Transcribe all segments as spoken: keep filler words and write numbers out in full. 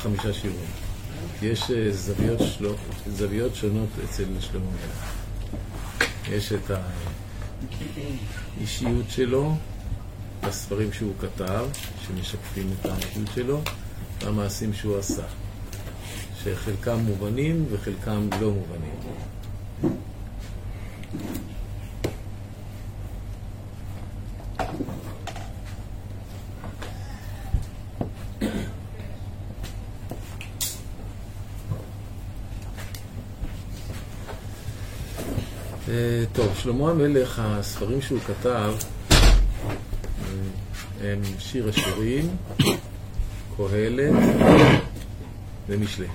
חמישה שיעורים. יש זוויות, שלו, זוויות שונות אצל שלמה המלך. יש את האישיות שלו, הספרים שהוא כתב, שמשקפים את האישיות שלו, והמעשים שהוא עשה, שחלקם מובנים וחלקם לא מובנים. טוב, שלמה המלך, הספרים שהוא כתב הם שיר השירים, קהלת ומשלי.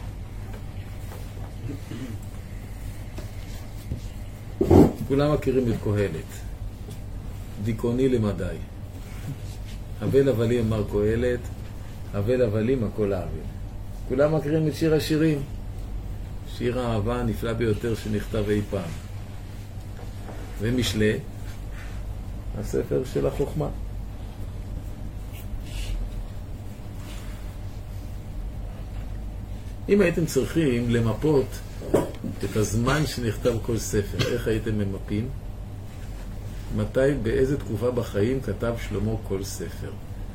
כולם מכירים את קהלת, דיכאוני למדי. הבל הבלים אמר קהלת, הבל הבלים הכל האבל. כולם מכירים את שיר השירים, שיר האהבה הנפלא ביותר שנכתב אי פעם. ומשלי, הספר של החוכמה. אם הייתם צריכים למפות את הזמן שנכתב כל ספר, איך הייתם ממפים? מתי, באיזה תקופה בחיים כתב שלמה כל ספר?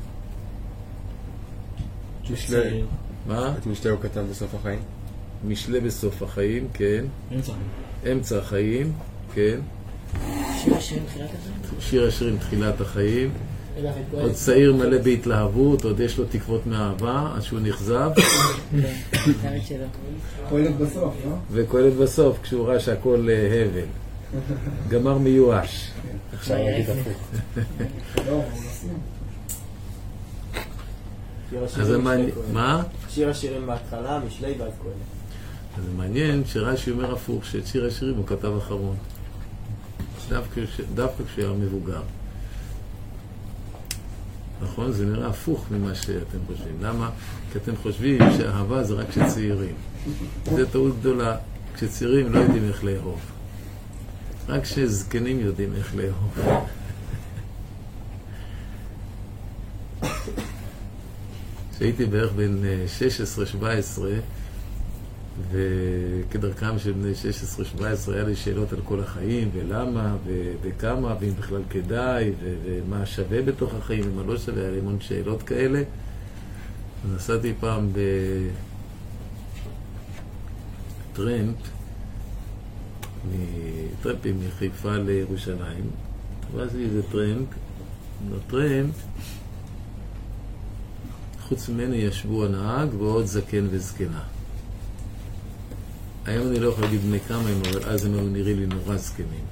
משלי. מה? את משלי הוא כתב בסוף החיים? משלי בסוף החיים, כן. אמצע. אמצע החיים, כן. שיר השירים תחילת החיים? שיר השירים תחילת החיים. עוד צעיר מלא בהתלהבות, עוד יש לו תקוות מאהבה, אז שהוא נכזב. קהלת בסוף, לא? וקהלת בסוף, כשהוא ראה שהכל הבל. גמר מיואש. עכשיו נגיד הפוך. לא, הוא נסים. אז זה מעניין, מה? שיר השירים בהתחלה, משלי ואז קהלת. אז זה מעניין שרש"י אומר הפוך, שאת שיר השירים הוא כתב אחרון. דווקא כשהוא היה מבוגר. נכון? זה נראה הפוך ממה שאתם חושבים. למה? כי אתם חושבים שאהבה זה רק כשצעירים. זה טעות גדולה. כשצעירים לא יודעים איך לאהוב. רק כשזקנים יודעים איך לאהוב. כשהייתי בערך בין שש עשרה שבע עשרה, וכדרכם של בני שש עשרה שבע עשרה היה לי שאלות על כל החיים, ולמה, וכמה, ואם בכלל כדאי, ומה שווה בתוך החיים, ומה לא שווה, היה לי המון שאלות כאלה. נסעתי פעם בטרמפ, טרמפים מחיפה לירושלים, ואז לי איזה טרמפ, בטרמפ, חוץ ממני ישבו הנהג ועוד זקן וזקנה. היום אני לא יכול להגיד בני כמה הם, אבל אז הם היו נראים לי נורא זקנים.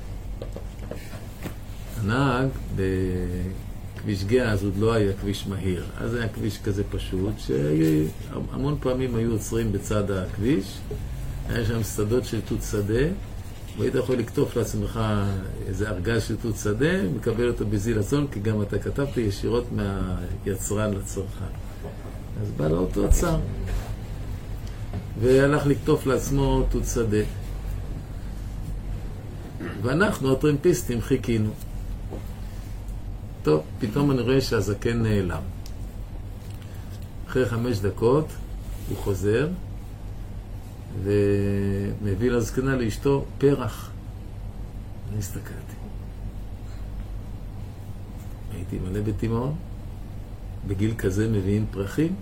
הנהג בכביש גאה, אז עוד לא היה כביש מהיר. אז היה כביש כזה פשוט, שהמון פעמים היו עוצרים בצד הכביש. היה שם שדות של תות שדה, והיית יכול לקטוף לעצמך איזה ארגז של תות שדה, מקבל אותו בזיל הזול, כי גם אתה כתבת ישירות מהיצרן לצרכן. אז בא לאותו עצר. והלך לקטוף לעצמו תות שדה. ואנחנו, הטרמפיסטים, חיכינו. טוב, פתאום אני רואה שהזקן נעלם. אחרי חמש דקות הוא חוזר ומביא לזקנה לאשתו פרח. אני הסתכלתי. הייתי מלא בתימהון. בגיל כזה מביאים פרחים.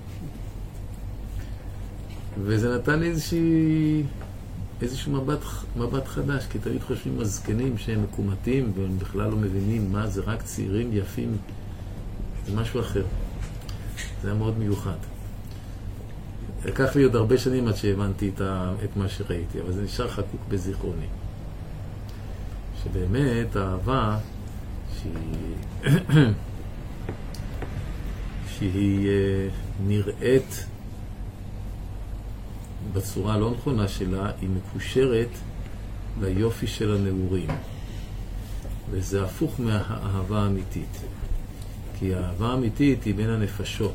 וזה נתן לי איזושהי, איזשהו מבט, מבט חדש, כי תמיד חושבים הזקנים שהם מקומתים והם בכלל לא מבינים מה זה, רק צעירים יפים, זה משהו אחר. זה היה מאוד מיוחד. לקח לי עוד הרבה שנים עד שהבנתי את, ה, את מה שראיתי, אבל זה נשאר חקוק בזיכרוני. שבאמת האהבה שהיא, שהיא נראית בצורה הלא נכונה שלה, היא מקושרת ליופי של הנעורים. וזה הפוך מהאהבה האמיתית. כי האהבה האמיתית היא בין הנפשות.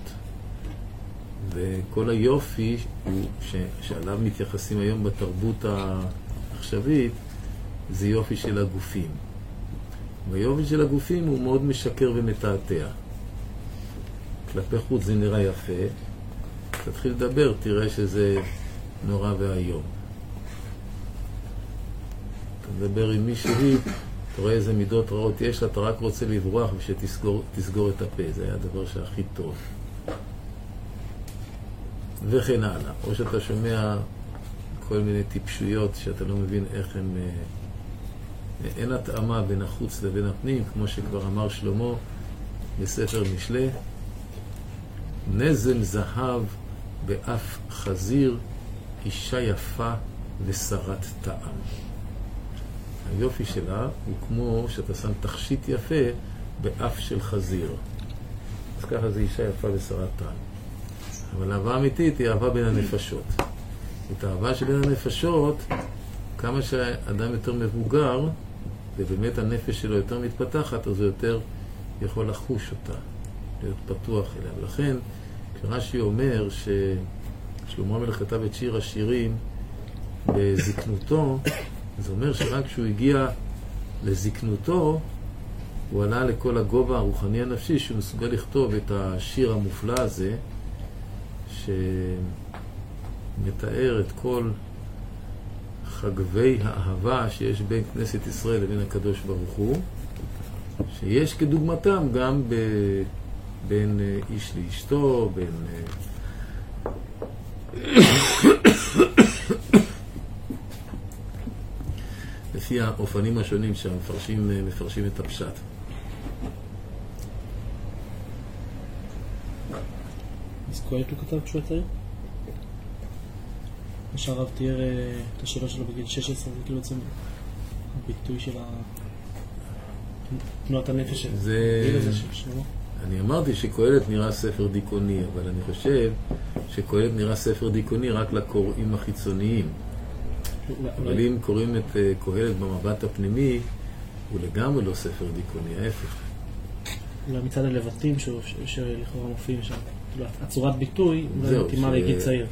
וכל היופי הוא, ש, שעליו מתייחסים היום בתרבות העכשווית, זה יופי של הגופים. והיופי של הגופים הוא מאוד משקר ומתעתע. כלפי חוץ זה נראה יפה, תתחיל לדבר, תראה שזה נורא והיום. אתה מדבר עם מישהי, אתה רואה איזה מידות רעות יש לה, אתה רק רוצה לברוח ושתסגור תסגור את הפה, זה היה הדבר שהכי טוב. וכן הלאה. או שאתה שומע כל מיני טיפשויות שאתה לא מבין איך הם... אין התאמה בין החוץ לבין הפנים, כמו שכבר אמר שלמה בספר משלי, נזם זהב באף חזיר, אישה יפה ושרת טעם. היופי שלה הוא כמו שאתה שם תכשיט יפה באף של חזיר. אז ככה זה אישה יפה ושרת טעם. אבל האהבה אמיתית היא אהבה בין הנפשות. את האהבה שבין הנפשות, כמה שהאדם יותר מבוגר, ובאמת הנפש שלו יותר מתפתחת, אז הוא יותר יכול לחוש אותה, להיות פתוח אליה. ולכן, כשרש"י אומר ששלמה המלך כתב את שיר השירים בזקנותו, זה אומר שרק כשהוא הגיע לזקנותו, הוא עלה לכל הגובה הרוחני הנפשי, שהוא מסוגל לכתוב את השיר המופלא הזה, שמתאר את כל חגבי האהבה שיש בין כנסת ישראל לבין הקדוש ברוך הוא, שיש כדוגמתם גם ב... בין איש לאשתו, בין... לפי האופנים השונים שהמפרשים מפרשים את הפשט. אז קהלת הוא כתב כשהוא יצא? מה שהרב תיאר את השאלה שלו בגיל שש עשרה, זה כאילו בעצם הביטוי של תנועת הנפש שלו. זה... אני אמרתי שקהלת נראה ספר דיכאוני, אבל אני חושב שקהלת נראה ספר דיכאוני רק לקוראים החיצוניים. אבל אם קוראים את קהלת במבט הפנימי, הוא לגמרי לא ספר דיכאוני, ההפך. אולי מצד הלבטים שלכאורה מופיעים שם. הצורת ביטוי אולי מתאימה לגיל צעיר.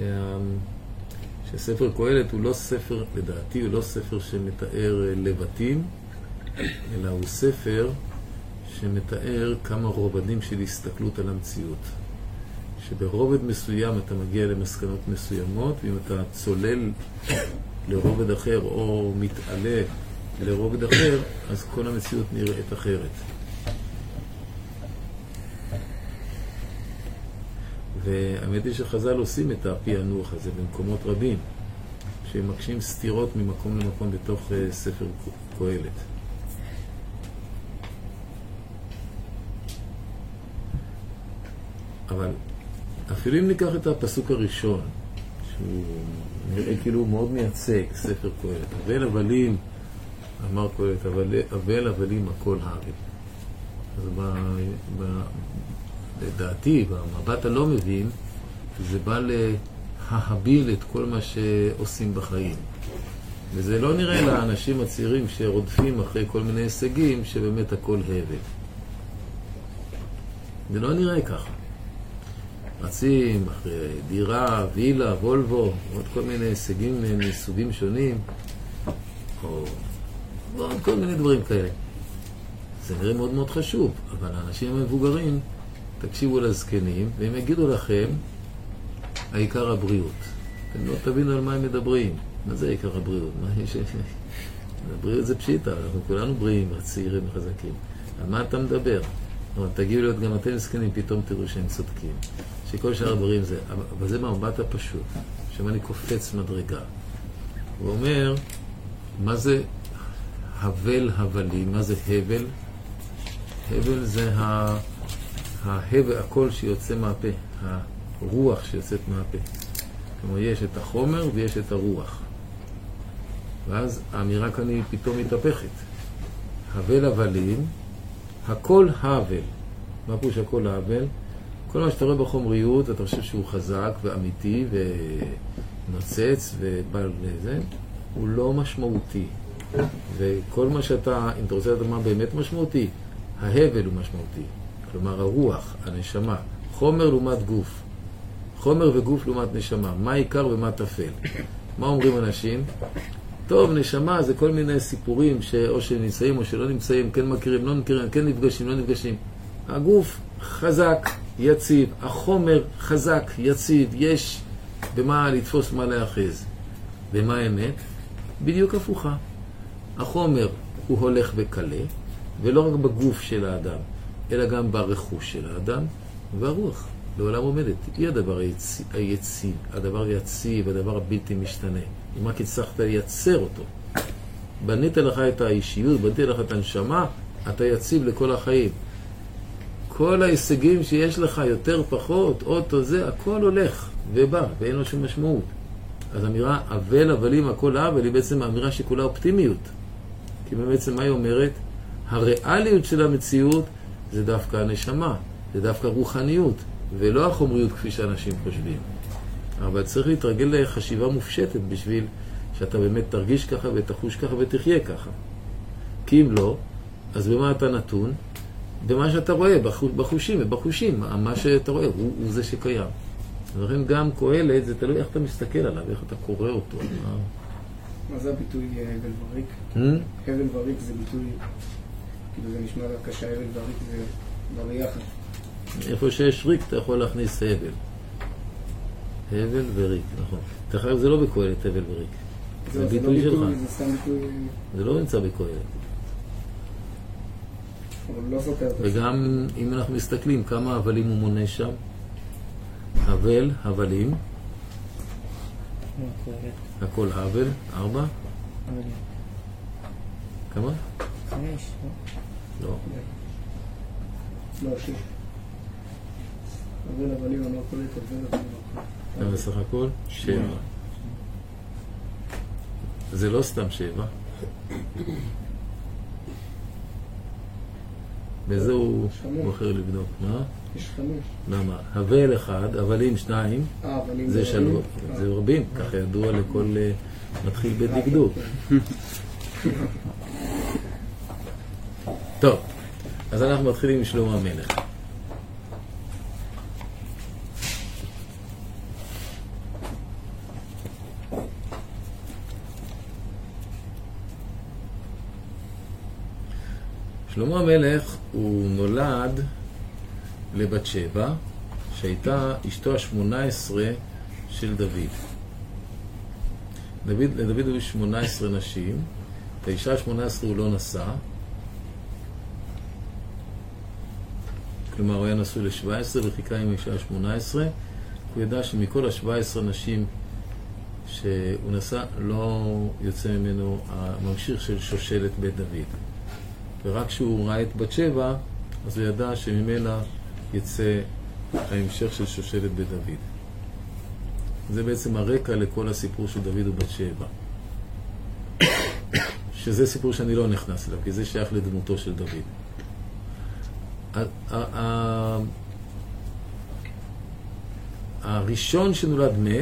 שספר קהלת הוא לא ספר, לדעתי הוא לא ספר שמתאר לבטים, אלא הוא ספר שמתאר כמה רובדים של הסתכלות על המציאות. שברובד מסוים אתה מגיע למסקנות מסוימות, ואם אתה צולל לרובד אחר או מתעלה לרובד אחר, אז כל המציאות נראית אחרת. והאמת היא שחז"ל עושים את הפענוח הזה במקומות רבים, שהם מקשים סתירות ממקום למקום בתוך uh, ספר קהלת. אבל אפילו אם ניקח את הפסוק הראשון, שהוא נראה כאילו מאוד מייצג ספר קהלת, אבל הבלים, אמר קהלת, אבל הבלים הכל הארץ. אז ב... ב... לדעתי, במבט הלא מבין, זה בא לההביל את כל מה שעושים בחיים. וזה לא נראה לאנשים הצעירים שרודפים אחרי כל מיני הישגים שבאמת הכל הבל. זה לא נראה ככה. רצים אחרי דירה, וילה, וולבו, עוד כל מיני הישגים מסוגים שונים, או עוד כל מיני דברים כאלה. זה נראה מאוד מאוד חשוב, אבל האנשים המבוגרים, תקשיבו לזקנים, והם יגידו לכם, העיקר הבריאות. אתם לא תבינו על מה הם מדברים. מה זה העיקר הבריאות? מה יש? הבריאות זה פשיטה, אנחנו כולנו בריאים, צעירים וחזקים. על מה אתה מדבר? אבל תגיעו להיות גם אתם זקנים, פתאום תראו שהם צודקים. שכל שאר הדברים זה, אבל זה מהמבט הפשוט, שמה אני קופץ מדרגה. הוא אומר, מה זה הבל הבלים? מה זה הבל? הבל זה ה... ההבל, הקול שיוצא מהפה, הרוח שיוצאת מהפה. כלומר, יש את החומר ויש את הרוח. ואז האמירה כאן היא פתאום מתהפכת. הבל הבלים, הכל הבל. מה פירוש הכל הבל? כל מה שאתה רואה בחומריות, אתה חושב שהוא חזק ואמיתי ונוצץ ובא לזה, הוא לא משמעותי. וכל מה שאתה, אם אתה רוצה לדעת מה באמת משמעותי, ההבל הוא משמעותי. כלומר, הרוח, הנשמה, חומר לעומת גוף. חומר וגוף לעומת נשמה. מה עיקר ומה תפל? מה אומרים אנשים? טוב, נשמה זה כל מיני סיפורים שאו שנמצאים או שלא נמצאים, כן מכירים, לא מכירים, כן נפגשים, לא נפגשים. הגוף, חזק, יציב, החומר חזק, יציב, יש במה לתפוס, מה להאחז. ומה האמת? בדיוק הפוכה. החומר הוא הולך וקלה, ולא רק בגוף של האדם, אלא גם ברכוש של האדם, והרוח לעולם עומדת. היא הדבר היציב, היציב, הדבר היציב, הדבר הבלתי משתנה. אם רק הצלחת לייצר אותו. בנית לך את האישיות, בנית לך את הנשמה, אתה יציב לכל החיים. כל ההישגים שיש לך, יותר פחות, אוטו זה, הכל הולך ובא, ואין לו שום משמעות. אז אמירה, אבל, הבלים, הכל אבל, היא בעצם האמירה שכולה אופטימיות. כי בעצם מה היא אומרת? הריאליות של המציאות זה דווקא הנשמה, זה דווקא רוחניות, ולא החומריות כפי שאנשים חושבים. אבל צריך להתרגל לחשיבה מופשטת בשביל שאתה באמת תרגיש ככה ותחוש ככה ותחיה ככה. כי אם לא, אז במה אתה נתון? במה שאתה רואה, בחושים ובחושים, מה שאתה רואה הוא, הוא זה שקיים. ולכן גם קהלת, זה תלוי איך אתה מסתכל עליו, איך אתה קורא אותו. מה זה הביטוי הבל וריק? הבל וריק זה ביטוי, כאילו זה נשמע קשה, הבל וריק זה דבר יחד. איפה שיש ריק אתה יכול להכניס הבל. הבל וריק, נכון. ככה זה לא בקהלת הבל וריק. זה ביטוי שלך. זה סתם ביטוי... זה לא נמצא בקהלת. אבל לא סותר. וגם אם אנחנו מסתכלים כמה הבלים הוא מונה שם, הבל, הבלים, הכל הבל, ארבע, כמה? חמש, לא. לא, שש. אבל הבלים אמר כל את הבל, כמה בסך הכל? שבע. זה לא סתם שבע. בזה הוא בוחר לבדוק. מה? יש חמש. למה? הבל אחד, הבלים שניים, אה, הבלים זה שלוש. זה רבים, ככה ידוע לכל מתחיל בדקדוק. טוב, אז אנחנו מתחילים עם שלמה המלך. שלמה המלך הוא נולד לבת שבע, שהייתה אשתו השמונה עשרה של דוד. דוד, לדוד היו שמונה עשרה נשים, את האישה השמונה עשרה הוא לא נשא, כלומר הוא היה נשוי ל-שבע עשרה וחיכה עם האישה ה-שמונה עשרה. הוא ידע שמכל ה-שבע עשרה נשים שהוא נשא לא יוצא ממנו הממשיך של שושלת בית דוד. ורק כשהוא ראה את בת שבע, אז הוא ידע שממנה יצא ההמשך של שושלת בית דוד. זה בעצם הרקע לכל הסיפור של דוד ובת שבע. שזה סיפור שאני לא נכנס אליו, כי זה שייך לדמותו של דוד. הראשון שנולד מת,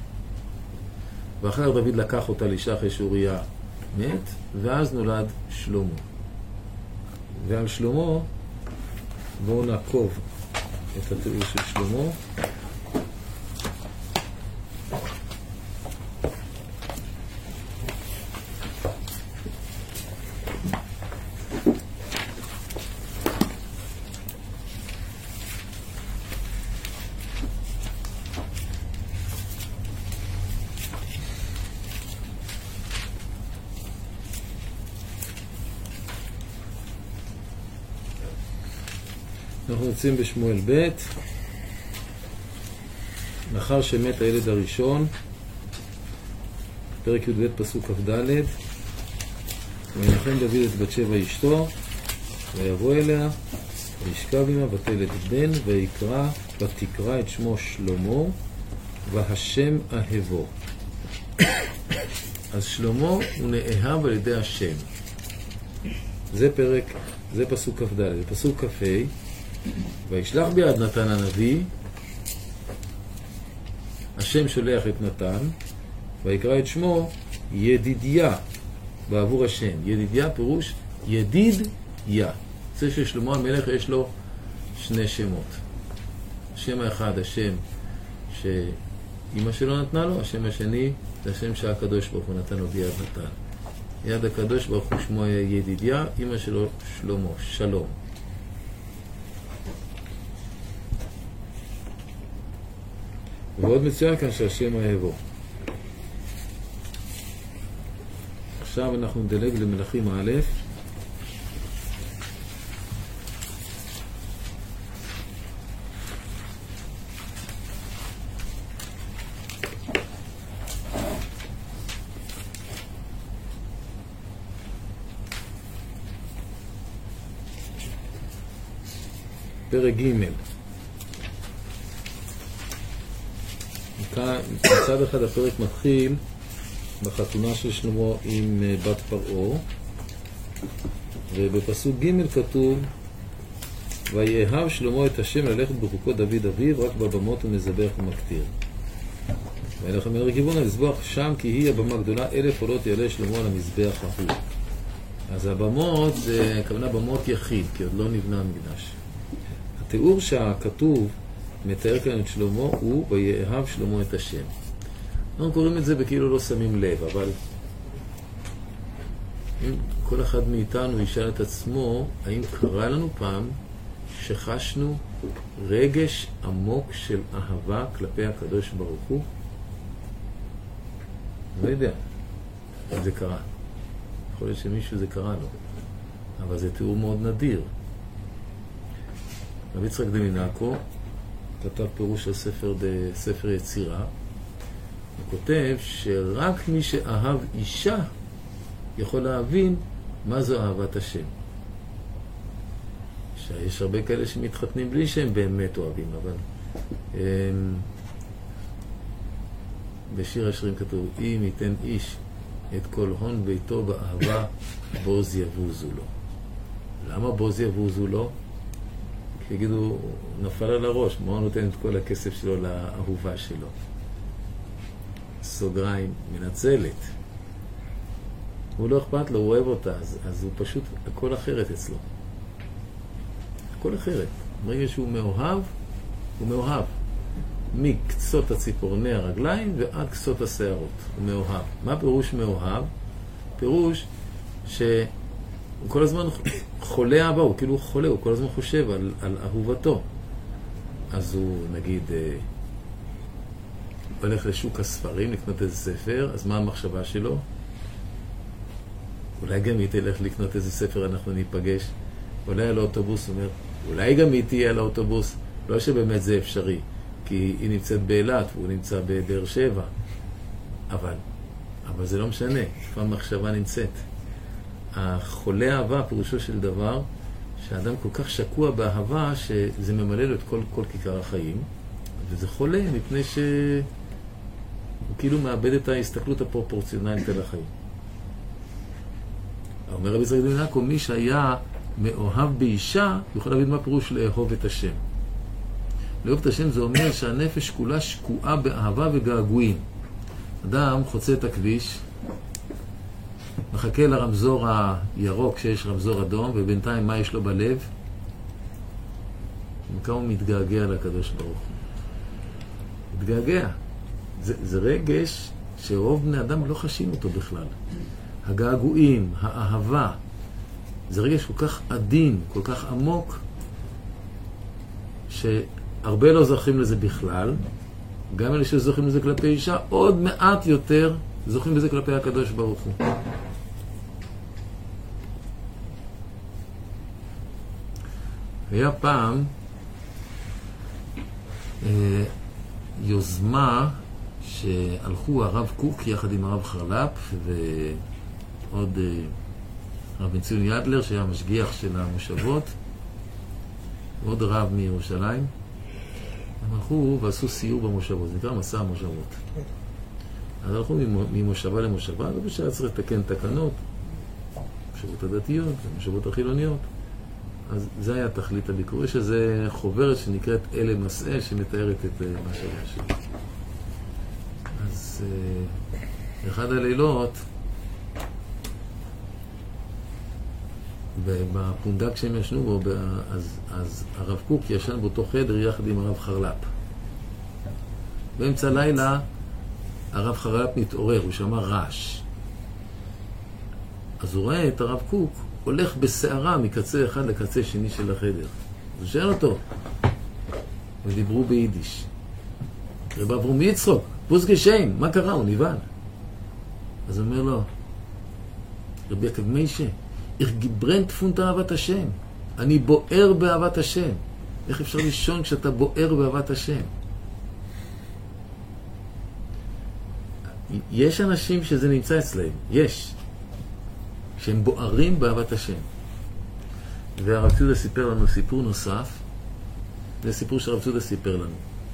ואחר דוד לקח אותה לאישה אחרי שאוריה מת, ואז נולד שלמה. ועל שלמה, בואו נעקוב את התיאור של שלמה. אנחנו יוצאים בשמואל ב'. לאחר שמת הילד הראשון, פרק י"ב פסוק כ"ד, וינחם דוד את בת שבע אשתו, ויבוא אליה, וישכב עמה ותלד בן, ויקרא, ותקרא את שמו שלמה, והשם אהבו. אז שלמה הוא נאהב על ידי השם. זה פרק, זה פסוק כ"ד. פסוק כ"ה, וישלח ביד נתן הנביא, השם שולח את נתן, ויקרא את שמו ידידיה, בעבור השם. ידידיה פירוש ידיד יה. זה ששלמה המלך יש לו שני שמות. השם האחד, השם שאמא שלו נתנה לו, השם השני זה השם שהקדוש ברוך הוא נתן לו ביד נתן. יד הקדוש ברוך הוא שמו היה ידידיה, אמא שלו שלמה, שלום. ועוד מצוין כאן שהשם אהבו. עכשיו אנחנו נדלג למלכים א', פרק ג'. מצד אחד הפרק מתחיל בחתונה של שלמה עם בת פרעה, ובפסוק ג' כתוב ויאהב שלמה את השם ללכת בחוקות דוד אביו, רק בבמות ומזבח ומקטיר. וילך המלך גבעון המזבח שם, כי היא הבמה גדולה, אלף עולות יעלה שלמה על המזבח ההוא. אז הבמות זה כוונה במות יחיד, כי עוד לא נבנה המקדש. התיאור שהכתוב מתאר כאן את שלמה הוא ויאהב שלמה את השם. אנחנו קוראים את זה וכאילו לא שמים לב, אבל אם כל אחד מאיתנו ישאל את עצמו, האם קרה לנו פעם שחשנו רגש עמוק של אהבה כלפי הקדוש ברוך הוא? לא יודע אם זה קרה. יכול להיות שמישהו זה קרה לו, אבל זה תיאור מאוד נדיר. רבי יצחק דמינקו כתב פירוש של ספר, ספר יצירה. הוא כותב שרק מי שאהב אישה יכול להבין מה זו אהבת השם. שיש הרבה כאלה שמתחתנים בלי שהם באמת אוהבים, אבל הם, בשיר השירים כתוב, אם ייתן איש את כל הון ביתו באהבה, בוז יבוזו לו. למה בוז יבוזו לו? כי יגידו, נפל על הראש, מה הוא נותן את כל הכסף שלו לאהובה שלו? סוגריים, מנצלת. הוא לא אכפת לו, הוא אוהב אותה, אז, אז הוא פשוט, הכל אחרת אצלו. הכל אחרת. ברגע שהוא מאוהב, הוא מאוהב. מקצות הציפורני הרגליים ועד קצות השערות. הוא מאוהב. מה פירוש מאוהב? פירוש שהוא כל הזמן חולה אהבה, הוא כאילו חולה, הוא כל הזמן חושב על, על אהובתו. אז הוא, נגיד, הולך לשוק הספרים לקנות איזה ספר, אז מה המחשבה שלו? אולי גם היא תלך לקנות איזה ספר, אנחנו ניפגש. עולה על האוטובוס, הוא אומר, אולי גם היא תהיה על האוטובוס. לא שבאמת זה אפשרי, כי היא נמצאת באילת והוא נמצא בבאר שבע. אבל, אבל זה לא משנה, לפעמים מחשבה נמצאת. החולה אהבה, פירושו של דבר, שהאדם כל כך שקוע באהבה, שזה ממלא לו את כל, כל כיכר החיים, וזה חולה מפני שהוא כאילו מאבד את ההסתכלות הפרופורציונלית על החיים. אומר רבי יצחק דמינקו, מי שהיה מאוהב באישה, יכול להבין מה פירוש לאהוב את השם. לאהוב את השם זה אומר שהנפש כולה שקועה באהבה וגעגועים. אדם חוצה את הכביש, מחכה לרמזור הירוק שיש רמזור אדום, ובינתיים מה יש לו בלב? וכמה הוא מתגעגע לקדוש ברוך הוא. מתגעגע. זה, זה רגש שרוב בני אדם לא חשים אותו בכלל. הגעגועים, האהבה, זה רגש כל כך עדין, כל כך עמוק, שהרבה לא זוכים לזה בכלל. גם אלה שזוכים לזה כלפי אישה, עוד מעט יותר זוכים לזה כלפי הקדוש ברוך הוא. היה פעם אה, יוזמה שהלכו הרב קוק יחד עם הרב חרל"פ ועוד אה, הרב בן ציון ידלר שהיה משגיח של המושבות, ועוד רב מירושלים. הם הלכו ועשו סיור במושבות, זה נקרא מסע המושבות. אז הלכו ממושבה למושבה, ובשעה צריך לתקן תקנות, מושבות הדתיות ומושבות החילוניות. אז זה היה תכלית הביקור. יש איזה חוברת שנקראת אלה מסעה שמתארת את מה שהיה שם. אז אחד הלילות בפונדק שהם ישנו בו, אז, אז הרב קוק ישן באותו חדר יחד עם הרב חרל"פ. באמצע לילה הרב חרל"פ מתעורר, הוא שמע רעש. אז הוא רואה את הרב קוק הולך בסערה מקצה אחד לקצה שני של החדר. אז הוא שאל אותו, ודיברו ביידיש. רב אברום יצחוק, פוס גשיין, מה קרה? הוא נבהל. אז הוא אומר לו, רבי יעקב מיישה, איך גיברנט פונט אהבת השם? אני בוער באהבת השם. איך אפשר לישון כשאתה בוער באהבת השם? יש אנשים שזה נמצא אצלהם, יש, שהם בוערים באהבת השם. והרב צודה סיפר לנו סיפור נוסף, זה סיפור שהרב צודה סיפר לנו,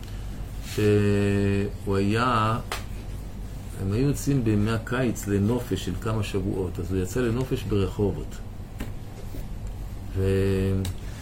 שהוא היה, הם היו יוצאים בימי הקיץ לנופש של כמה שבועות, אז הוא יצא לנופש ברחובות. והיה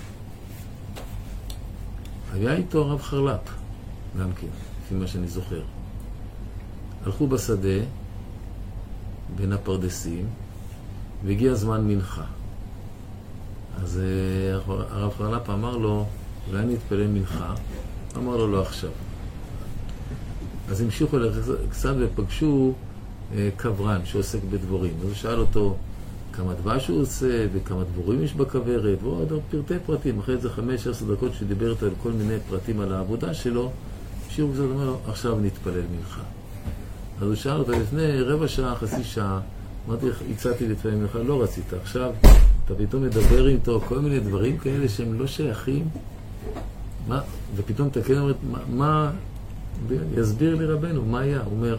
איתו הרב חרל"פ, גם כן, לפי מה שאני זוכר. הלכו בשדה, בין הפרדסים, והגיע זמן מנחה. אז הרב חרל"פ אמר לו, אולי נתפלל מנחה? אמר לו, לא עכשיו. אז המשיכו קצת ופגשו קברן שעוסק בדבורים. אז הוא שאל אותו כמה דבש הוא עושה וכמה דבורים יש בכוורת, ועוד פרטי פרטים. אחרי זה חמש עשר דקות שדיברת על כל מיני פרטים על העבודה שלו, המשיכו קצת, אומר לו, עכשיו נתפלל מנחה. אז הוא שאל אותו לפני רבע שעה, חצי שעה, אמרתי, הצעתי להתפלל מנחה, לא רצית. עכשיו אתה פתאום מדבר איתו כל מיני דברים כאלה שהם לא שייכים, מה? ופתאום אתה כן אומרת, מה, מה, יסביר לי רבנו, מה היה? הוא אומר,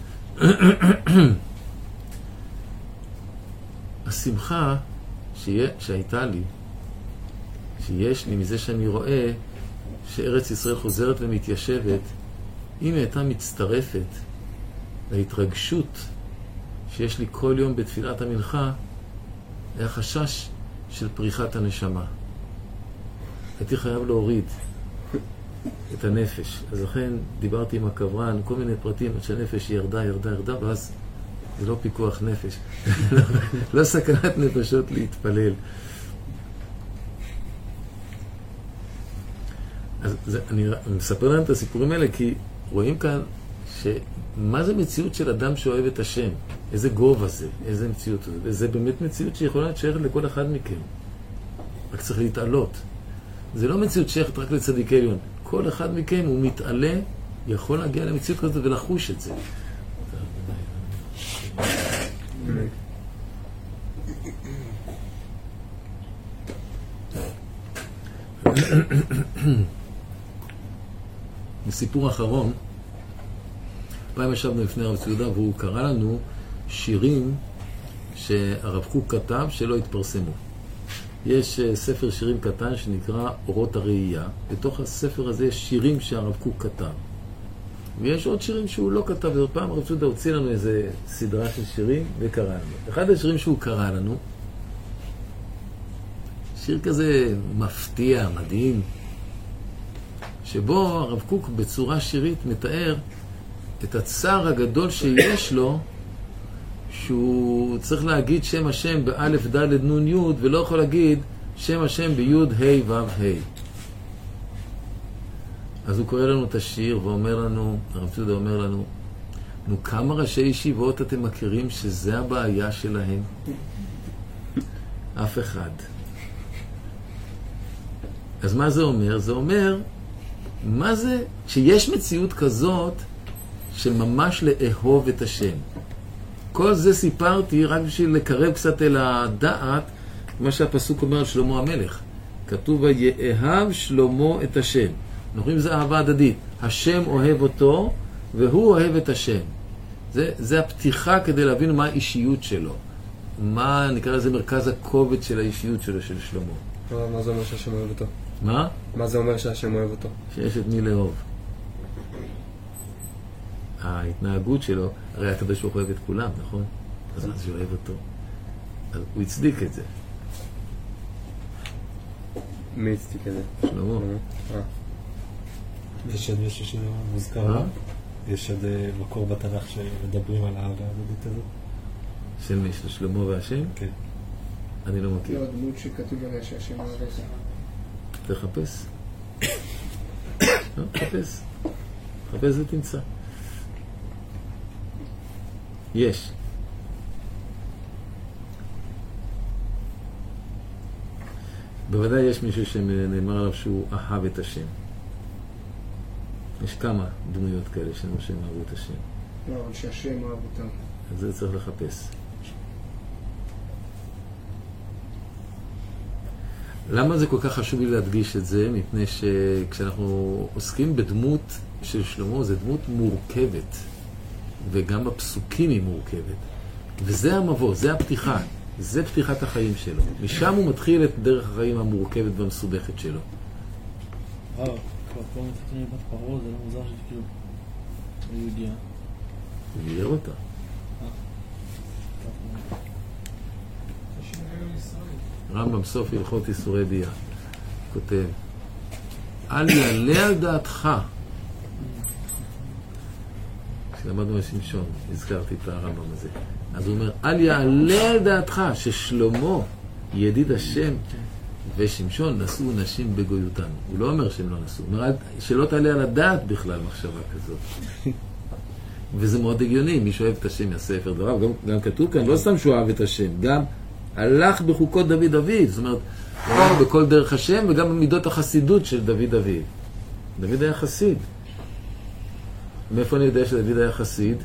השמחה שיה, שהייתה לי, שיש לי מזה שאני רואה שארץ ישראל חוזרת ומתיישבת, אם הייתה מצטרפת להתרגשות שיש לי כל יום בתפילת המנחה, היה חשש של פריחת הנשמה. הייתי חייב להוריד את הנפש. אז לכן דיברתי עם הקברן, כל מיני פרטים, עד שהנפש ירדה, ירדה, ירדה, ואז זה לא פיקוח נפש. לא סכנת נפשות להתפלל. אז זה, אני, אני מספר להם את הסיפורים האלה, כי רואים כאן שמה זה מציאות של אדם שאוהב את השם? איזה גובה זה? איזה מציאות זה? וזה באמת מציאות שיכולה להישאר לכל אחד מכם. רק צריך להתעלות. זה לא מציאות שייכת רק לצדיק עליון. כל אחד מכם הוא מתעלה, יכול להגיע למציאות כזאת ולחוש את זה. בסיפור אחרון, פעם ישבנו לפני הרב ציודה והוא קרא לנו שירים שהרב קוק כתב שלא התפרסמו. יש ספר שירים קטן שנקרא אורות הראייה. בתוך הספר הזה יש שירים שהרב קוק כתב. ויש עוד שירים שהוא לא כתב. וזאת פעם הרב ציודה הוציא לנו איזה סדרה של שירים וקרא לנו. אחד השירים שהוא קרא לנו, שיר כזה מפתיע, מדהים, שבו הרב קוק בצורה שירית מתאר את הצער הגדול שיש לו, שהוא צריך להגיד שם השם באלף ד' נון י' ולא יכול להגיד שם השם ביוד ה' ו' ה'. אז הוא קורא לנו את השיר ואומר לנו, הרב ציודה אומר לנו, נו כמה ראשי ישיבות אתם מכירים שזה הבעיה שלהם? אף אחד. אז מה זה אומר? זה אומר, מה זה שיש מציאות כזאת של ממש לאהוב את השם. כל זה סיפרתי רק בשביל לקרב קצת אל הדעת מה שהפסוק אומר על שלמה המלך. כתוב ויאהב שלמה את השם. אנחנו רואים זה אהבה הדדית. השם אוהב אותו והוא אוהב את השם. זה, זה הפתיחה כדי להבין מה האישיות שלו. מה נקרא לזה מרכז הכובד של האישיות שלו של שלמה. מה זה אומר שהשם אוהב אותו? מה? מה זה אומר שהשם אוהב אותו? שיש את מי לאהוב. ההתנהגות שלו, הרי הקדוש ברוך הוא אוהב את כולם, נכון? אז מה זה שאוהב אותו? אז הוא הצדיק את זה. מי הצדיק את זה? שלמה. יש עוד מישהו שמוזכר? יש עוד מקור בתנ"ך שמדברים על האהבה הדדית הזאת? של מי? של שלמה והשם? כן. אני לא מכיר. לא, דמות שכתוב עליה שהשם אוהב אותה. תחפש. לא, תחפש. תחפש ותמצא. יש. בוודאי יש מישהו שנאמר עליו שהוא אהב את השם. יש כמה דמויות כאלה של משה אהבו את השם. לא, אבל שהשם אהב אותם. אז זה צריך לחפש. למה זה כל כך חשוב לי להדגיש את זה? מפני שכשאנחנו עוסקים בדמות של שלמה, זה דמות מורכבת, וגם הפסוקים היא מורכבת. וזה המבוא, זה הפתיחה, זה פתיחת החיים שלו. משם הוא מתחיל את דרך החיים המורכבת והמסובכת שלו. אה, כבר פה מפתים לי בת פרעה, זה לא מוזר שכאילו הוא הגיע. הוא גייר אותה. רמב"ם סוף הלכות איסורי ביאה כותב, אל יעלה על דעתך. כשלמדנו על שמשון, הזכרתי את הרמב"ם הזה. אז הוא אומר, אל יעלה על דעתך ששלמה, ידיד השם, ושמשון נשאו נשים בגויותן. הוא לא אומר שהם לא נשאו, הוא אומר שלא תעלה על הדעת בכלל מחשבה כזאת. וזה מאוד הגיוני, מי שאוהב את השם יעשה ספר דבריו. גם, גם כתוב כאן, לא סתם שהוא אהב את השם, גם הלך בחוקות דוד אביו, זאת אומרת, לא בכל דרך השם וגם במידות החסידות של דוד אביו. דוד היה חסיד. מאיפה אני יודע שדוד היה חסיד?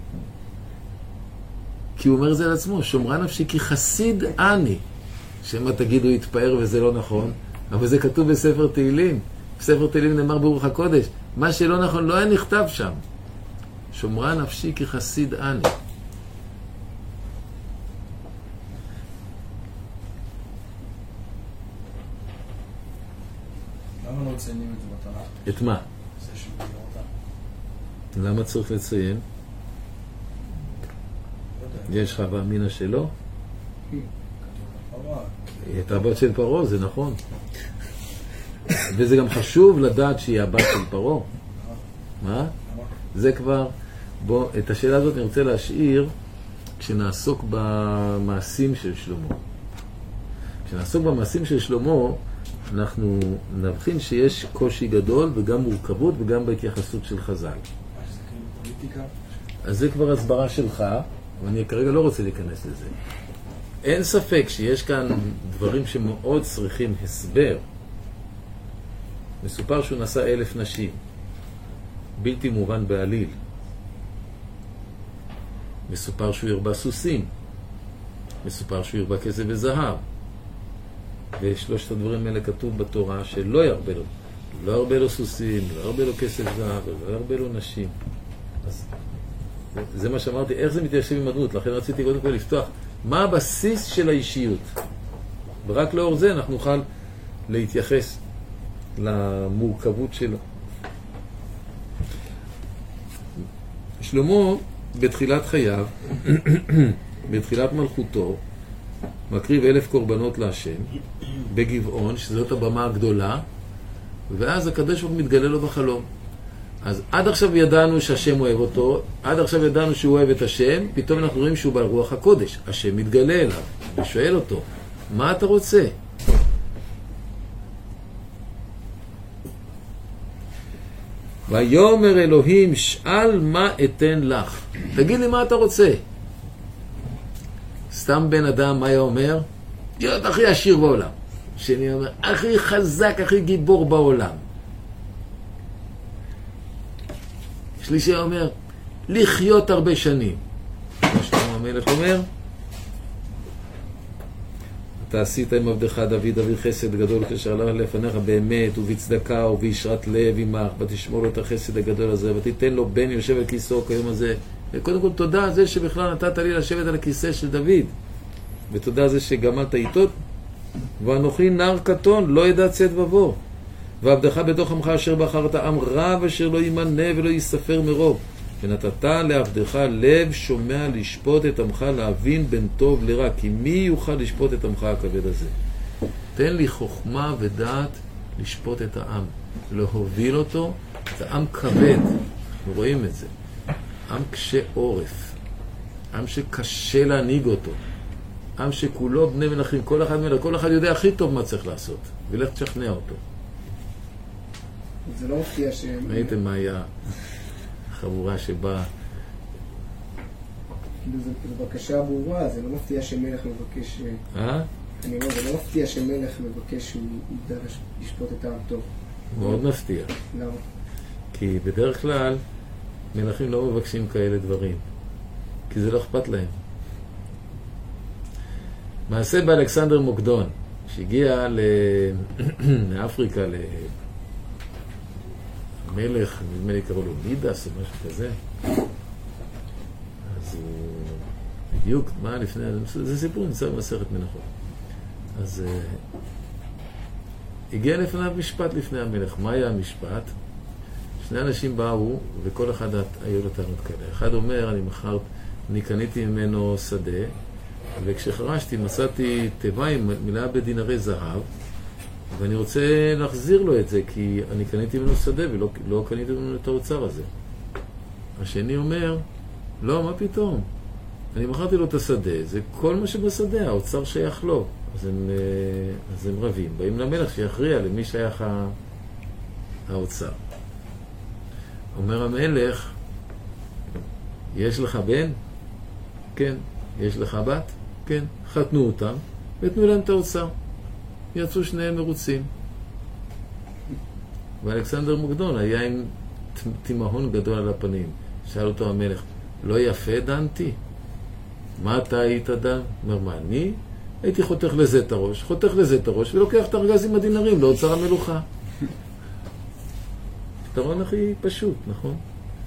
כי הוא אומר זה על עצמו, שומרה נפשי כי חסיד אני. שמה תגידו יתפאר וזה לא נכון, אבל זה כתוב בספר תהילים. בספר תהילים נאמר ברוך הקודש, מה שלא נכון לא היה נכתב שם. שומרה נפשי כי חסיד אני. למה לא מציינים את זה בתנ"ך? את מה? זה שהוא גייר אותה. למה צריך לציין? יש חווה אמינה שלו? היא הייתה בת של פרעה, זה נכון. וזה גם חשוב לדעת שהיא הבת של פרעה. מה? זה כבר, בוא, את השאלה הזאת אני רוצה להשאיר כשנעסוק במעשים של שלמה. כשנעסוק במעשים של שלמה, אנחנו נבחין שיש קושי גדול וגם מורכבות וגם בהתייחסות של חז"ל. אז זה כבר הסברה שלך, ואני כרגע לא רוצה להיכנס לזה. אין ספק שיש כאן דברים שמאוד צריכים הסבר. מסופר שהוא נשא אלף נשים. בלתי מובן בעליל. מסופר שהוא הרבה סוסים. מסופר שהוא הרבה כסף וזהב. ושלושת הדברים האלה כתוב בתורה שלא ירבה לו. לא ירבה לו סוסים, לא ירבה לו כסף זהב, לא ירבה לו נשים. אז זה מה שאמרתי, איך זה מתיישב עם הדמות? לכן רציתי קודם כל לפתוח. מה הבסיס של האישיות? ורק לאור זה אנחנו נוכל להתייחס למורכבות שלו. שלמה בתחילת חייו, בתחילת מלכותו, מקריב אלף קורבנות להשם בגבעון, שזאת הבמה הגדולה, ואז הקדוש ברוך הוא מתגלה לו בחלום. אז עד עכשיו ידענו שהשם אוהב אותו, עד עכשיו ידענו שהוא אוהב את השם, פתאום אנחנו רואים שהוא בעל רוח הקודש. השם מתגלה אליו ושואל אותו, מה אתה רוצה? ויאמר אלוהים, שאל מה אתן לך. תגיד לי מה אתה רוצה. סתם בן אדם, מה היה אומר? להיות הכי עשיר בעולם. שני אומר, הכי חזק, הכי גיבור בעולם. שלישי אומר, לחיות הרבה שנים. מה שלמה המלך אומר? אתה עשית עם עבדך דוד אבי חסד גדול כאשר הלך לפניך באמת ובצדקה ובישרת לב עמך, ותשמור לו את החסד הגדול הזה ותיתן לו בן יושב על כיסאו כיום הזה. וקודם כל תודה על זה שבכלל נתת לי לשבת על הכיסא של דוד, ותודה על זה שגמלת איתו. ואנוכי נער קטון לא ידע צאת ובוא, ועבדך בתוך עמך אשר בחרת עם רב אשר לא יימנה ולא יספר מרוב, ונתת לעבדך לב שומע לשפוט את עמך, להבין בין טוב לרע, כי מי יוכל לשפוט את עמך הכבד הזה? תן לי חוכמה ודעת לשפוט את העם, להוביל אותו. זה עם כבד, אנחנו רואים את זה, עם קשה עורף, עם שקשה להנהיג אותו, עם שכולו בני מלכים, כל אחד מלך, כל אחד יודע הכי טוב מה צריך לעשות, ולך תשכנע אותו. זה לא מפתיע ש... ראיתם מה היה החבורה שבאה? כאילו זו בקשה ברורה, זה לא מפתיע שמלך מבקש... אה? אני אומר, זה לא מפתיע שמלך מבקש שהוא ידע לשפוט את העם טוב. מאוד מפתיע. למה? כי בדרך כלל מלכים לא מבקשים כאלה דברים, כי זה לא אכפת להם. מעשה באלכסנדר מוקדון, שהגיע מאפריקה למלך, נדמה לי קראו לו מידס או משהו כזה. אז הוא בדיוק, מה לפני, זה סיפור נמצא במסכת מנחות. אז הגיע לפניו משפט לפני המלך. מה היה המשפט? שני אנשים באו וכל אחד היו לו טענות כאלה. אחד אומר, אני מחר, אני קניתי ממנו שדה, וכשחרשתי מצאתי תיבה עם מלאה בדינרי זהב, ואני רוצה להחזיר לו את זה, כי אני קניתי ממנו שדה ולא לא קניתי ממנו את האוצר הזה. השני אומר, לא, מה פתאום? אני מכרתי לו את השדה, זה כל מה שבשדה, האוצר שייך לו. אז הם, אז הם רבים, באים למלך שיכריע למי שייך האוצר. אומר המלך, יש לך בן? כן. יש לך בת? כן. חתנו אותם ותנו להם את האוצר. יצאו שניהם מרוצים. ואלכסנדר מוקדון היה עם תימהון גדול על הפנים. שאל אותו המלך, לא יפה דנתי? מה אתה היית דן? אומר, מה, אני? הייתי חותך לזה את הראש, חותך לזה את הראש, ולוקח את ארגז עם הדינרים לאוצר המלוכה. פתרון הכי פשוט, נכון?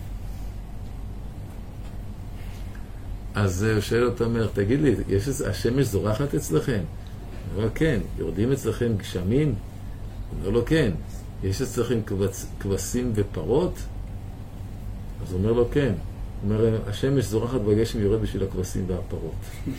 אז הוא שואל אותו, אומר, תגיד לי, יש השמש זורחת אצלכם? הוא אומר, כן. יורדים אצלכם גשמים? הוא אומר לו, כן. יש אצלכם כבשים ופרות? אז הוא אומר לו, כן. הוא אומר, השמש זורחת בגשם יורד בשביל הכבשים והפרות.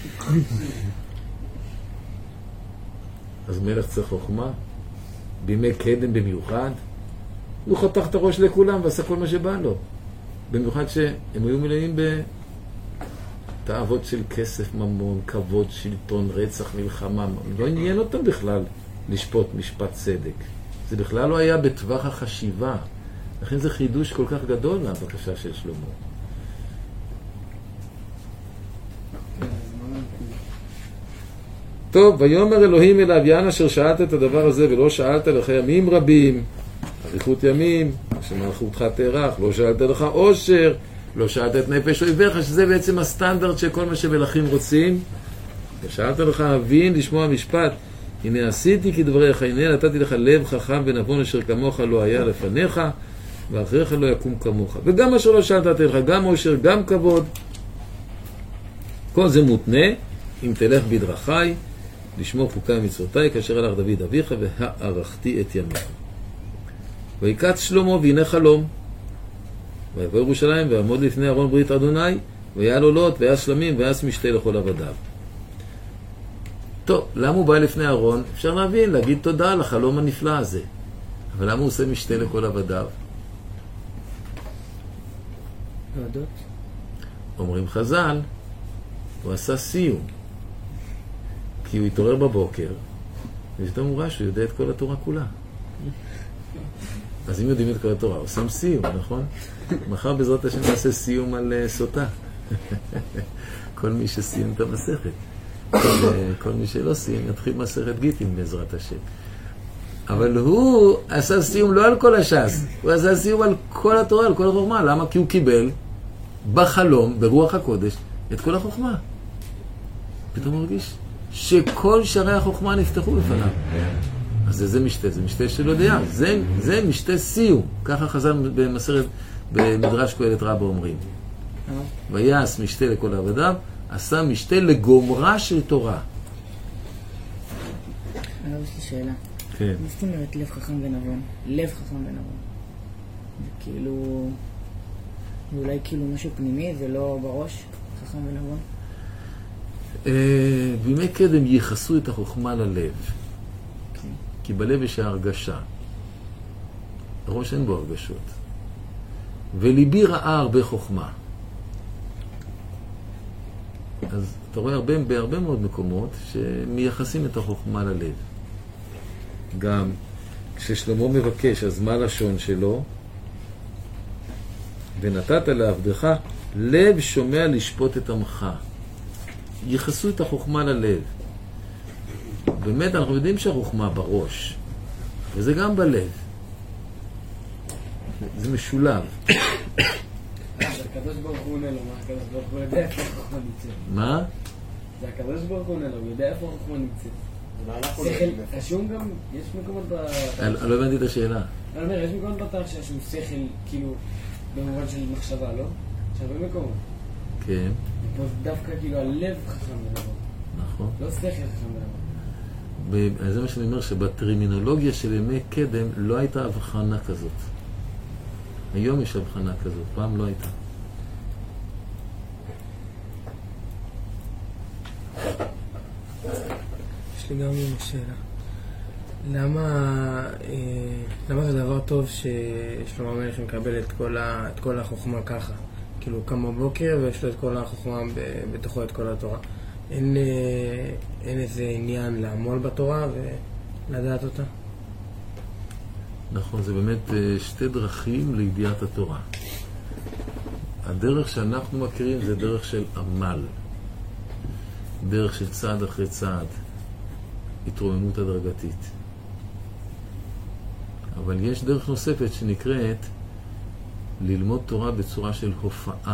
אז מלך צריך חוכמה, בימי קדם במיוחד, הוא חתך את הראש לכולם ועשה כל מה שבא לו. במיוחד שהם היו מלאים בתאוות של כסף, ממון, כבוד, שלטון, רצח, מלחמה. לא עניין אותם בכלל לשפוט משפט צדק. זה בכלל לא היה בטווח החשיבה. לכן זה חידוש כל כך גדול מהבקשה של שלמה. טוב, ויאמר אלוהים אליו, יען אשר שאלת את הדבר הזה ולא שאלת לך ימים רבים, אריכות ימים, שמלכותך תארך, לא שאלת לך עושר, לא שאלת את נפש אויביך, שזה בעצם הסטנדרט של כל מה שמלכים רוצים. ושאלת לך אבין לשמוע משפט, הנה עשיתי כדבריך, הנה נתתי לך לב חכם ונבון אשר כמוך לא היה לפניך, ואחריך לא יקום כמוך. וגם אשר לא שאלת לך, גם עושר, גם כבוד. כל זה מותנה, אם תלך בדרכי, לשמור חוקי ומצוותיי, כאשר הלך דוד אביך, והארכתי את ימיך. ויקץ שלמה והנה חלום. ויבוא ירושלים ויעמוד לפני ארון ברית אדוני, והיה לו לוט, והיה שלמים, והיה משתה לכל עבדיו. טוב, למה הוא בא לפני ארון? אפשר להבין, להגיד תודה על החלום הנפלא הזה. אבל למה הוא עושה משתה לכל עבדיו? להודות. אומרים חז"ל, הוא עשה סיום. כי הוא התעורר בבוקר, ופתאום הוא ראה שהוא יודע את כל התורה כולה. אז אם יודעים את כל התורה, עושים סיום, נכון? מחר בעזרת השם נעשה סיום על uh, סוטה. כל מי שסיים את המסכת. כל, כל מי שלא סיים יתחיל מסכת גיטין בעזרת השם. אבל הוא עשה סיום לא על כל הש"ס, הוא עשה סיום על כל התורה, על כל החוכמה. למה? כי הוא קיבל בחלום, ברוח הקודש, את כל החוכמה. פתאום הוא הרגיש שכל שערי החוכמה נפתחו בפניו. אז זה, זה משתה, זה משתה של הודעה. זה, זה משתה סיום. ככה חז"ל במסכת, במדרש קהלת רבה אומרים. ויעש משתה לכל עבדיו, עשה משתה לגומרה של תורה. אבל יש לי שאלה. כן. מה זאת אומרת לב חכם ונבון? לב חכם ונבון. זה כאילו... אולי כאילו משהו פנימי, זה לא בראש, חכם ונבון? בימי קדם ייחסו את החוכמה ללב. כי בלב יש ההרגשה. הראש אין בו הרגשות. וליבי ראה הרבה חוכמה. אז אתה רואה הרבה, בהרבה מאוד מקומות שמייחסים את החוכמה ללב. גם כששלמה מבקש, אז מה לשון שלו? ונתת לעבדך לב שומע לשפוט את עמך. ייחסו את החוכמה ללב. באמת אנחנו יודעים שהחוכמה בראש, וזה גם בלב. זה משולב. הקדוש ברוך הוא עונה לו, מה הקדוש ברוך הוא יודע איפה החוכמה נמצאת. מה? זה הקדוש ברוך הוא עונה לו, הוא יודע איפה החוכמה נמצאת. שכל, רשום גם, יש מקומות ב... אני לא הבנתי את השאלה. אני אומר, יש מקומות בתרשה שהוא שכל, כאילו, במובן של מחשבה, לא? שהרבה מקומות. כן. פה דווקא כאילו הלב חכם בנבוא. נכון. לא שכל חכם בנבוא. זה מה שאני אומר, שבטרמינולוגיה של ימי קדם לא הייתה הבחנה כזאת. היום יש הבחנה כזאת, פעם לא הייתה. יש לי גם שאלה. למה, אה, למה זה דבר טוב ששלמה המלך מקבל את כל, ה, את כל החוכמה ככה? כאילו הוא קם בבוקר ויש לו את כל החוכמה ב, בתוכו את כל התורה. אין, אה, אין איזה עניין לעמול בתורה ולדעת אותה? נכון, זה באמת שתי דרכים לידיעת התורה. הדרך שאנחנו מכירים זה דרך של עמל. דרך של צעד אחרי צעד. התרוממות הדרגתית. אבל יש דרך נוספת שנקראת ללמוד תורה בצורה של הופעה.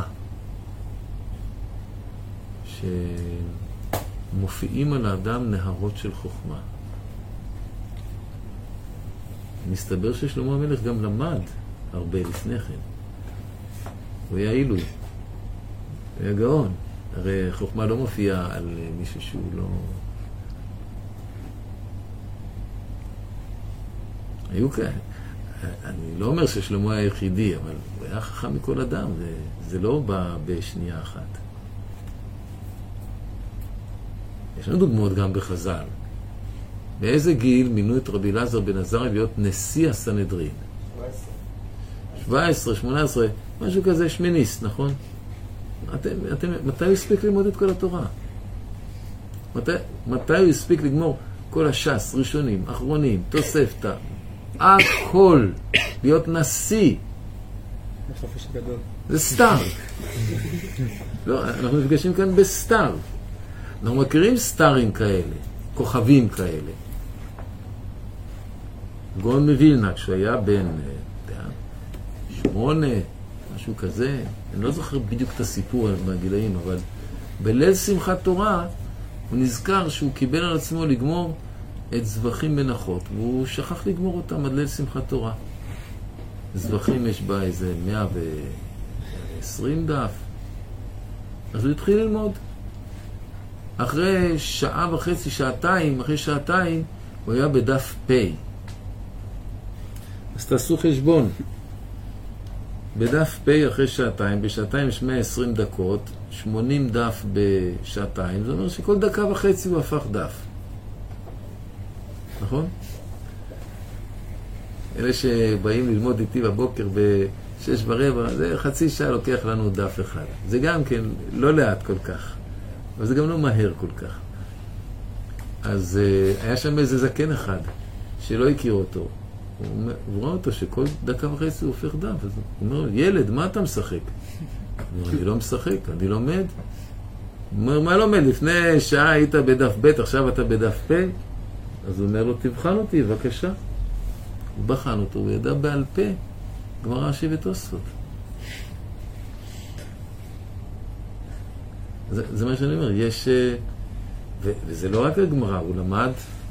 שמופיעים על האדם נהרות של חוכמה. מסתבר ששלמה המלך גם למד הרבה לפני כן. הוא היה עילוי. הוא היה גאון. הרי חוכמה לא מופיעה על מישהו שהוא לא... היו כאלה. אני לא אומר ששלמה היה יחידי, אבל הוא היה חכם מכל אדם. זה, זה לא בא בשנייה אחת. יש לנו דוגמאות גם בחז"ל. באיזה גיל מינו את רבי אלעזר בן עזריה להיות נשיא הסנהדרין? שבע עשרה, שמונה עשרה, משהו כזה, שמיניסט, נכון? אתם, אתם, מתי הוא הספיק ללמוד את כל התורה? מתי, מתי הוא הספיק לגמור כל הש"ס, ראשונים, אחרונים, תוספתא, הכל, להיות נשיא? החופש הגדול. זה סתיו. לא, אנחנו נפגשים כאן בסתיו. אנחנו מכירים סטארים כאלה, כוכבים כאלה. גאון מווילנה, כשהוא היה בן שמונה, משהו כזה, אני לא זוכר בדיוק את הסיפור מהגילאים, אבל בליל שמחת תורה הוא נזכר שהוא קיבל על עצמו לגמור את זבחים מנחות, והוא שכח לגמור אותם עד ליל שמחת תורה. זבחים יש בה איזה מאה ועשרים דף, אז הוא התחיל ללמוד. אחרי שעה וחצי, שעתיים, אחרי שעתיים, הוא היה בדף פי. אז תעשו חשבון. בדף פי אחרי שעתיים, בשעתיים יש מאה ועשרים דקות, שמונים דף בשעתיים, זה אומר שכל דקה וחצי הוא הפך דף. נכון? אלה שבאים ללמוד איתי בבוקר בשש ורבע, זה חצי שעה לוקח לנו דף אחד. זה גם כן לא לאט כל כך. אבל זה גם לא מהר כל כך. אז uh, היה שם איזה זקן אחד, שלא הכיר אותו. הוא, אומר, הוא ראה אותו שכל דקה וחצי הוא הופך דף. אז הוא אומר, ילד, מה אתה משחק? הוא אומר, אני לא משחק, אני לומד. הוא אומר, מה לומד? לפני שעה היית בדף ב', עכשיו אתה בדף פ'. אז הוא אומר לו, תבחן אותי, בבקשה. הוא בחן אותו, הוא ידע בעל פה, גמרא רש"י ותוספות. זה, זה מה שאני אומר, יש, ו, וזה לא רק הגמרא, הוא למד.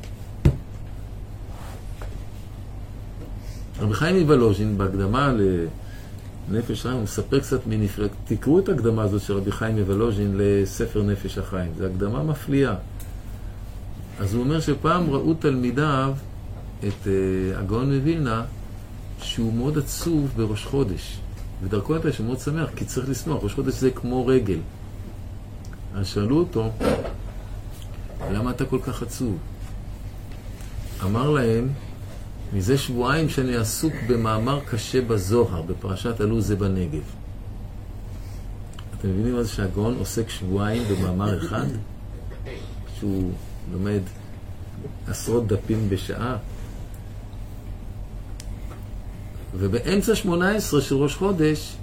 רבי חיים מוולוז'ין בהקדמה לנפש החיים, הוא מספר קצת מנפלא, תקראו את ההקדמה הזאת של רבי חיים מוולוז'ין לספר נפש החיים, זו הקדמה מפליאה. אז הוא אומר שפעם ראו תלמידיו את uh, הגאון מווילנה, שהוא מאוד עצוב בראש חודש, ודרכו הייתה שהוא מאוד שמח, כי צריך לשמוח, ראש חודש זה כמו רגל. אז שאלו אותו, למה אתה כל כך עצוב? אמר להם, מזה שבועיים שאני עסוק במאמר קשה בזוהר, בפרשת עלו זה בנגב. אתם מבינים מה זה שהגאון עוסק שבועיים במאמר אחד? שהוא לומד עשרות דפים בשעה? ובאמצע שמונה עשרה של ראש חודש,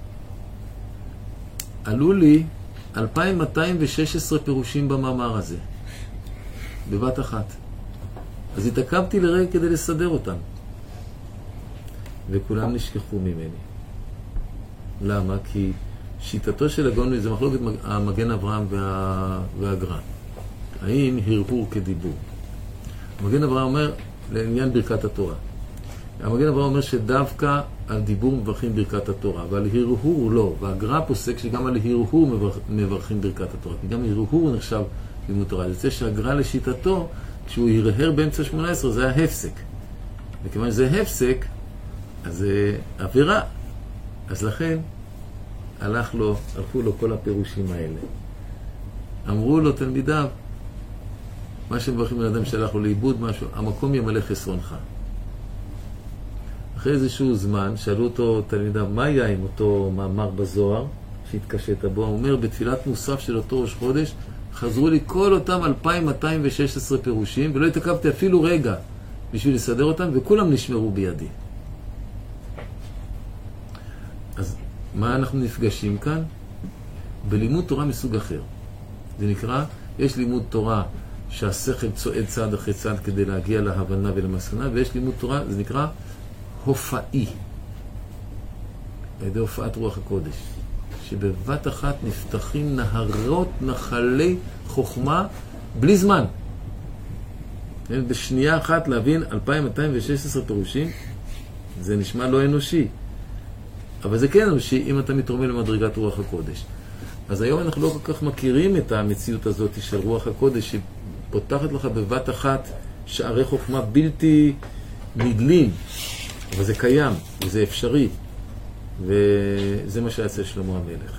עלו לי אלפיים מאתיים ושש עשרה פירושים במאמר הזה, בבת אחת. אז התעכבתי לרגע כדי לסדר אותם. וכולם נשכחו ממני. למה? כי שיטתו של הגאון, זה מחלוקת המגן אברהם וה... והגר"א. האם הרהור כדיבור? המגן אברהם אומר, לעניין ברכת התורה. המגן אברהם אומר שדווקא על דיבור מברכים ברכת התורה, ועל הרהור לא. והגר"א פוסק שגם על הרהור מברכים ברכת התורה, כי גם הרהור נחשב לימוד תורה. זה שהגר"א לשיטתו, כשהוא הרהר באמצע שמונה עשרה, זה היה הפסק. וכיוון שזה הפסק, אז זה עבירה. אז לכן, הלך לו, הלכו לו כל הפירושים האלה. אמרו לו תלמידיו, מה שמברכים על אדם שהלך לו לאיבוד משהו, המקום ימלא חסרונך. אחרי איזשהו זמן, שאלו אותו תלמידיו, מה היה עם אותו מאמר בזוהר שהתקשט בו? הוא אומר, בתפילת מוסף של אותו ראש חודש, חזרו לי כל אותם אלפיים מאתיים ושש עשרה פירושים, ולא התעכבתי אפילו רגע בשביל לסדר אותם, וכולם נשמרו בידי. אז מה אנחנו נפגשים כאן? בלימוד תורה מסוג אחר. זה נקרא, יש לימוד תורה שהשכל צועד צעד אחרי צעד כדי להגיע להבנה ולמסקנה, ויש לימוד תורה, זה נקרא הופעי, על ידי הופעת רוח הקודש, שבבת אחת נפתחים נהרות, נחלי חוכמה, בלי זמן. בשנייה אחת להבין אלפיים מאתיים ושש עשרה פירושים, זה נשמע לא אנושי. אבל זה כן אנושי אם אתה מתרומם למדרגת רוח הקודש. אז היום אנחנו לא כל כך מכירים את המציאות הזאת של רוח הקודש, שפותחת לך בבת אחת שערי חוכמה בלתי נדלים. אבל זה קיים, וזה אפשרי. וזה מה שעשה שלמה המלך.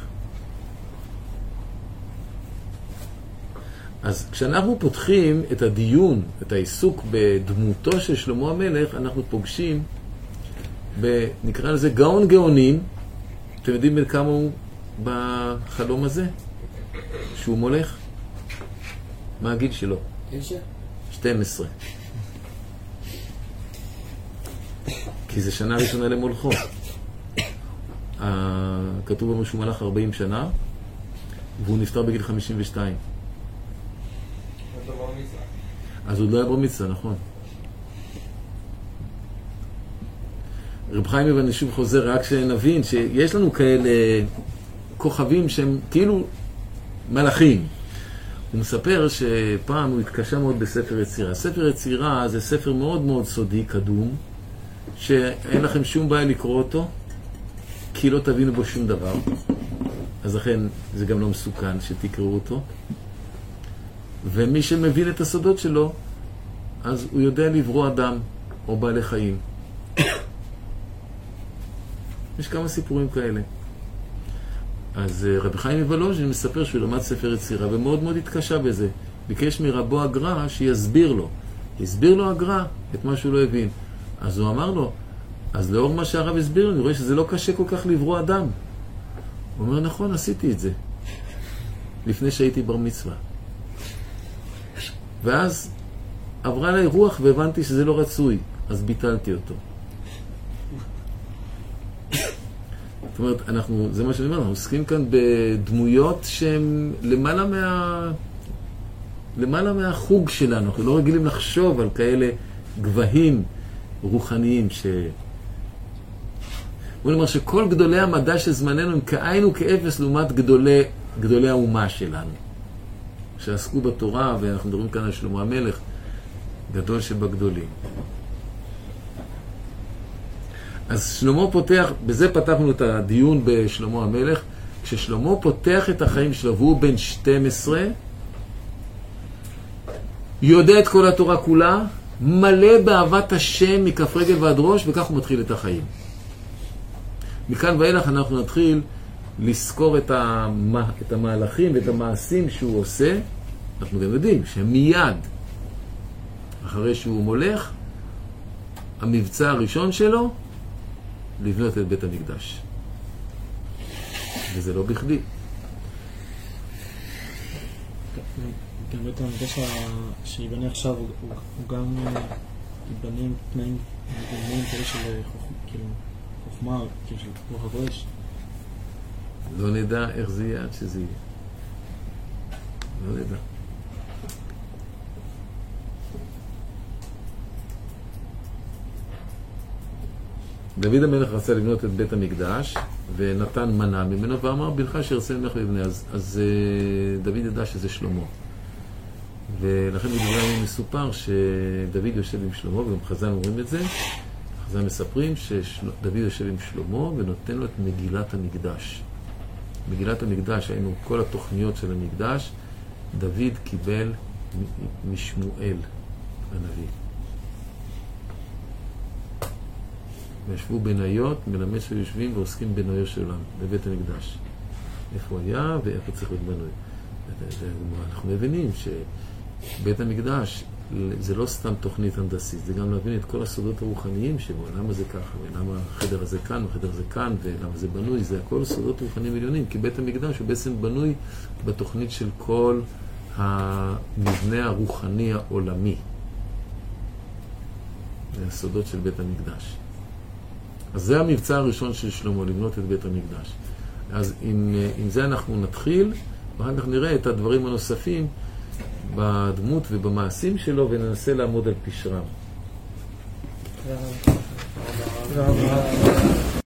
אז כשאנחנו פותחים את הדיון, את העיסוק בדמותו של שלמה המלך, אנחנו פוגשים, ב, נקרא לזה גאון גאונים. אתם יודעים בין כמה הוא בחלום הזה? שהוא מולך? מה הגיל שלו? תשע? שתים עשרה. כי זה שנה ראשונה למולכו. כתוב לנו שהוא מלך ארבעים שנה, והוא נפטר בגיל חמישים ושתיים. אז הוא לא היה בר מצווה, נכון. רב חיים אבן שוב חוזר, רק שנבין שיש לנו כאלה כוכבים שהם כאילו מלאכים. הוא מספר שפעם הוא התקשה מאוד בספר יצירה. ספר יצירה זה ספר מאוד מאוד סודי, קדום, שאין לכם שום בעיה לקרוא אותו, כי לא תבינו בו שום דבר. אז לכן זה גם לא מסוכן שתקראו אותו. ומי שמבין את הסודות שלו, אז הוא יודע לברוא אדם או בעלי חיים. יש כמה סיפורים כאלה. אז רבי חיים מוולוז'ין מספר שהוא למד ספר יצירה ומאוד מאוד התקשה בזה. ביקש מרבו הגר"א שיסביר לו. הסביר לו הגר"א את מה שהוא לא הבין. אז הוא אמר לו, אז לאור מה שהרב הסביר לו, אני רואה שזה לא קשה כל כך לברוא אדם. הוא אומר, נכון, עשיתי את זה. לפני שהייתי בר מצווה. ואז עברה לי רוח והבנתי שזה לא רצוי, אז ביטלתי אותו. זאת אומרת, אנחנו, זה מה שאני אומר, אנחנו עוסקים כאן בדמויות שהן למעלה מה... למעלה מהחוג שלנו. אנחנו לא רגילים לחשוב על כאלה גבהים רוחניים ש... הוא אומר שכל גדולי המדע של זמננו הם כאין וכאפס לעומת גדולי, גדולי האומה שלנו. שעסקו בתורה, ואנחנו מדברים כאן על שלמה המלך, גדול שבגדולים. אז שלמה פותח, בזה פתחנו את הדיון בשלמה המלך, כששלמה פותח את החיים שלו, והוא בן שתים עשרה, יודע את כל התורה כולה, מלא באהבת השם מכף רגל ועד ראש, וכך הוא מתחיל את החיים. מכאן ואילך אנחנו נתחיל לזכור את, המה, את המהלכים ואת המעשים שהוא עושה. אנחנו גם יודעים שמיד אחרי שהוא מולך, המבצע הראשון שלו לבנות את בית המקדש. וזה לא בכדי. גם בית המקדש שיבנה עכשיו הוא, הוא, הוא גם יבנה עם תנאים תנאים כאלה של כאילו חוכמה, כאילו של רוח הקודש. לא נדע איך זה יהיה עד שזה יהיה. לא נדע. דוד המלך רצה לבנות את בית המקדש, ונתן מנה ממנו, ואמר, בנך שירצה ממך ויבנה. אז, אז דוד ידע שזה שלמה. ולכן בדברי הימים מסופר שדוד יושב עם שלמה, וגם חז"ל אומרים את זה. חז"ל מספרים שדוד יושב עם שלמה ונותן לו את מגילת המקדש. מגילת המקדש, היינו כל התוכניות של המקדש, דוד קיבל משמואל הנביא. וישבו בניות, מלמד שיושבים ועוסקים בנויו של עולם, בבית המקדש. איפה היה ואיפה צריך להיות בנוי. אנחנו מבינים שבית המקדש זה לא סתם תוכנית הנדסית, זה גם להבין את כל הסודות הרוחניים שבו, למה זה ככה, ולמה החדר הזה כאן, והחדר הזה כאן, ולמה זה בנוי, זה הכל סודות רוחניים עליונים, כי בית המקדש הוא בעצם בנוי בתוכנית של כל המבנה הרוחני העולמי. זה הסודות של בית המקדש. אז זה המבצע הראשון של שלמה, לבנות את בית המקדש. אז עם, עם זה אנחנו נתחיל, ואחר כך נראה את הדברים הנוספים בדמות ובמעשים שלו, וננסה לעמוד על פשרם. תודה רבה.